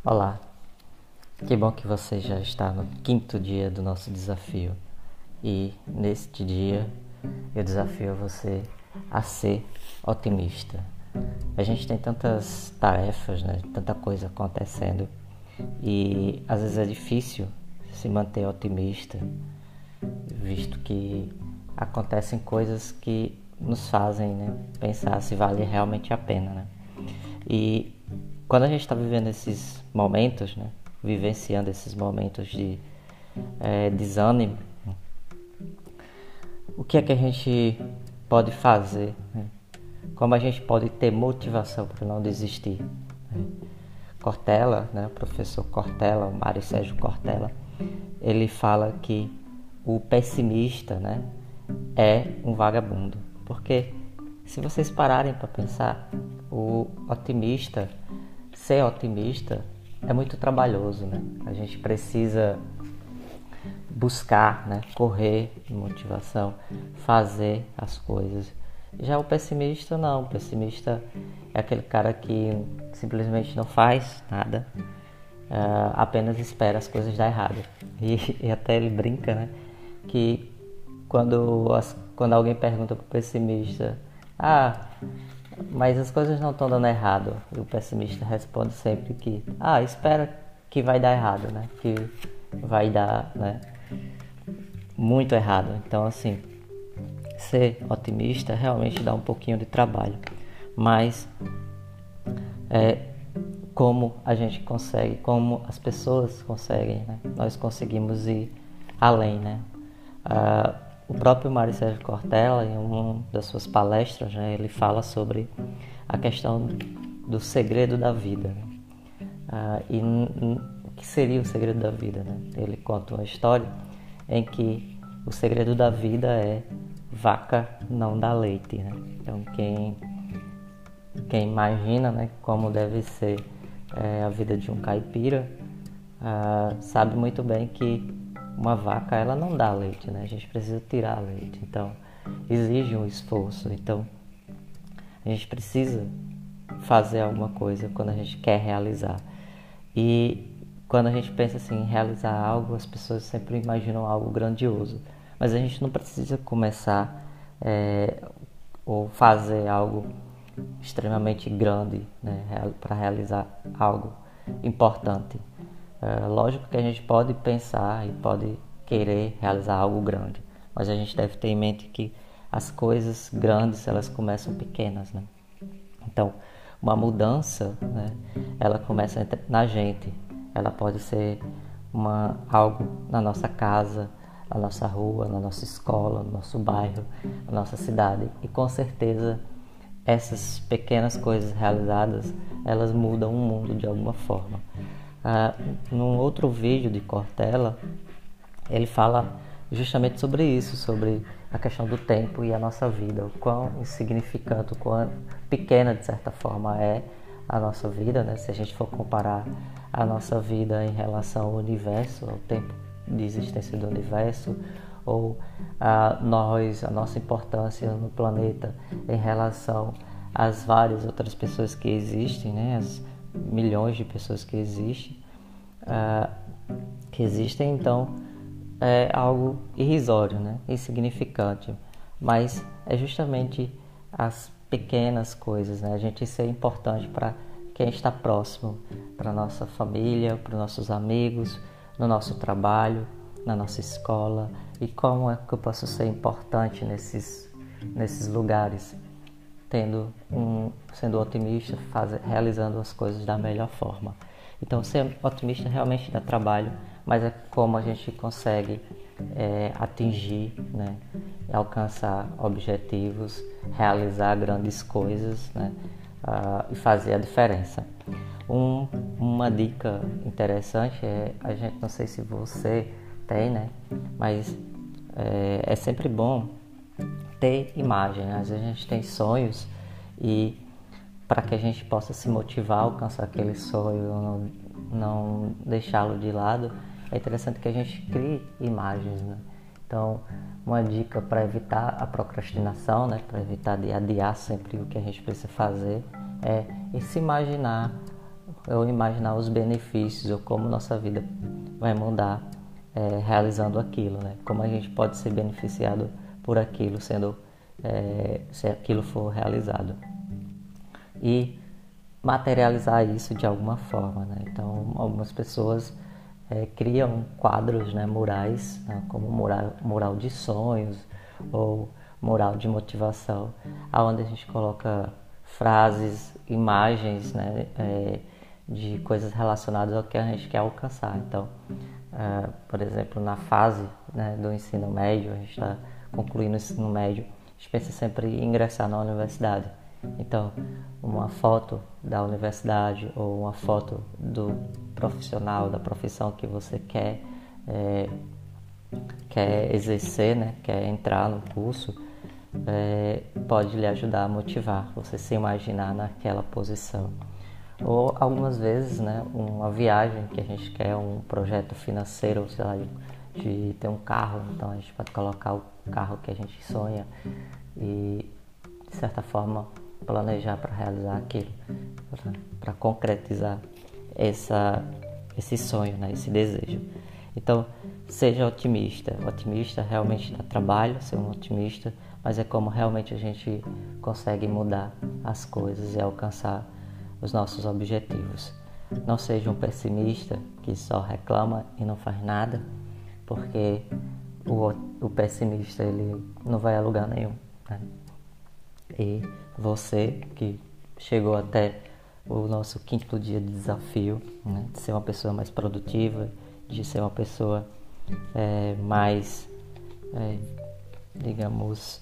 Olá, que bom que você já está no quinto dia do nosso desafio. E neste dia eu desafio você a ser otimista. A gente tem tantas tarefas, né? Tanta coisa acontecendo e às vezes é difícil se manter otimista, visto que acontecem coisas que nos fazem, né, pensar se vale realmente a pena, né? E quando a gente está vivendo esses momentos, né, vivenciando esses momentos de desânimo, o que é que a gente pode fazer? Né? Como a gente pode ter motivação para não desistir? Né? Cortella, né, o professor Cortella, o Mário Sérgio Cortella, ele fala que o pessimista, né, é um vagabundo. Porque se vocês pararem para pensar, o otimista, ser otimista é muito trabalhoso, né? A gente precisa buscar, né, correr de motivação, fazer as coisas. Já o pessimista não, o pessimista é aquele cara que simplesmente não faz nada, apenas espera as coisas dar errado. E até ele brinca, né, que quando alguém pergunta pro pessimista, mas as coisas não estão dando errado, e o pessimista responde sempre que, espera que vai dar errado, né, que vai dar, né, muito errado. Então, assim, ser otimista realmente dá um pouquinho de trabalho, mas como a gente consegue, como as pessoas conseguem, né? Nós conseguimos ir além, né? O próprio Mário Sérgio Cortella, em uma das suas palestras, né, ele fala sobre a questão do segredo da vida, né? O que seria o segredo da vida, né? Ele conta uma história em que o segredo da vida é vaca não dá leite, né? Então quem imagina, né, como deve ser a vida de um caipira, sabe muito bem que uma vaca ela não dá leite, né? A gente precisa tirar leite, então exige um esforço. Então a gente precisa fazer alguma coisa quando a gente quer realizar. E quando a gente pensa assim, em realizar algo, as pessoas sempre imaginam algo grandioso. Mas a gente não precisa começar ou fazer algo extremamente grande, né, para realizar algo importante. Lógico que a gente pode pensar e pode querer realizar algo grande, mas a gente deve ter em mente que as coisas grandes elas começam pequenas, né? Então, uma mudança, né, ela começa na gente. Ela pode ser algo na nossa casa, na nossa rua, na nossa escola, no nosso bairro, na nossa cidade. E com certeza essas pequenas coisas realizadas, elas mudam o mundo de alguma forma. Num outro vídeo de Cortella, ele fala justamente sobre isso, sobre a questão do tempo e a nossa vida, o quão insignificante, o quão pequena de certa forma é a nossa vida, né? Se a gente for comparar a nossa vida em relação ao universo, ao tempo de existência do universo, ou a nossa importância no planeta em relação às várias outras pessoas que existem, né? As milhões de pessoas que existem, então é algo irrisório, né? Insignificante, mas é justamente as pequenas coisas, né? A gente ser importante para quem está próximo, para nossa família, para nossos amigos, no nosso trabalho, na nossa escola. E como é que eu posso ser importante nesses lugares, sendo otimista, realizando as coisas da melhor forma. Então, ser otimista realmente dá trabalho, mas é como a gente consegue atingir, né, alcançar objetivos, realizar grandes coisas, né, e fazer a diferença. Uma dica interessante a gente, não sei se você tem, né, mas é sempre bom ter imagem, né? Às vezes a gente tem sonhos e para que a gente possa se motivar a alcançar aquele sonho, não deixá-lo de lado, é interessante que a gente crie imagens, né? Então, uma dica para evitar a procrastinação, né, para evitar de adiar sempre o que a gente precisa fazer, é se imaginar ou imaginar os benefícios ou como nossa vida vai mudar realizando aquilo, né? Como a gente pode ser beneficiado por aquilo, se aquilo for realizado. E materializar isso de alguma forma, né? Então, algumas pessoas criam quadros, né, murais, né, como mural de sonhos ou mural de motivação, onde a gente coloca frases, imagens, né, de coisas relacionadas ao que a gente quer alcançar. Então, por exemplo, na fase, né, do ensino médio, a gente está concluindo o ensino médio, a gente pensa sempre em ingressar na universidade. Então, uma foto da universidade ou uma foto do profissional, da profissão que você quer exercer, né? Quer entrar no curso, pode lhe ajudar a motivar você se imaginar naquela posição. Ou algumas vezes, né, uma viagem que a gente quer, um projeto financeiro, sei lá, de ter um carro, então a gente pode colocar o carro que a gente sonha e, de certa forma, planejar para realizar aquilo, para concretizar esse sonho, né, esse desejo. Então, seja otimista. O otimista realmente dá trabalho ser um otimista, mas é como realmente a gente consegue mudar as coisas e alcançar os nossos objetivos. Não seja um pessimista que só reclama e não faz nada, porque o pessimista ele não vai a lugar nenhum, né? E você que chegou até o nosso 5º dia de desafio, né, de ser uma pessoa mais produtiva, de ser uma pessoa mais, digamos,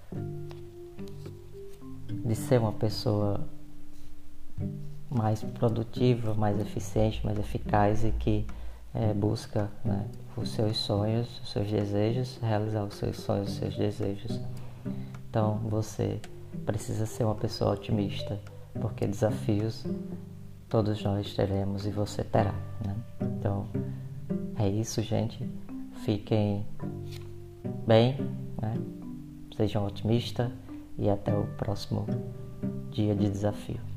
de ser uma pessoa mais produtiva, mais eficiente, mais eficaz e que busca, né, os seus sonhos, os seus desejos, realizar os seus sonhos, os seus desejos. Então você precisa ser uma pessoa otimista, porque desafios todos nós teremos e você terá, né? Então é isso, gente. Fiquem bem, né? Sejam otimistas e até o próximo dia de desafio.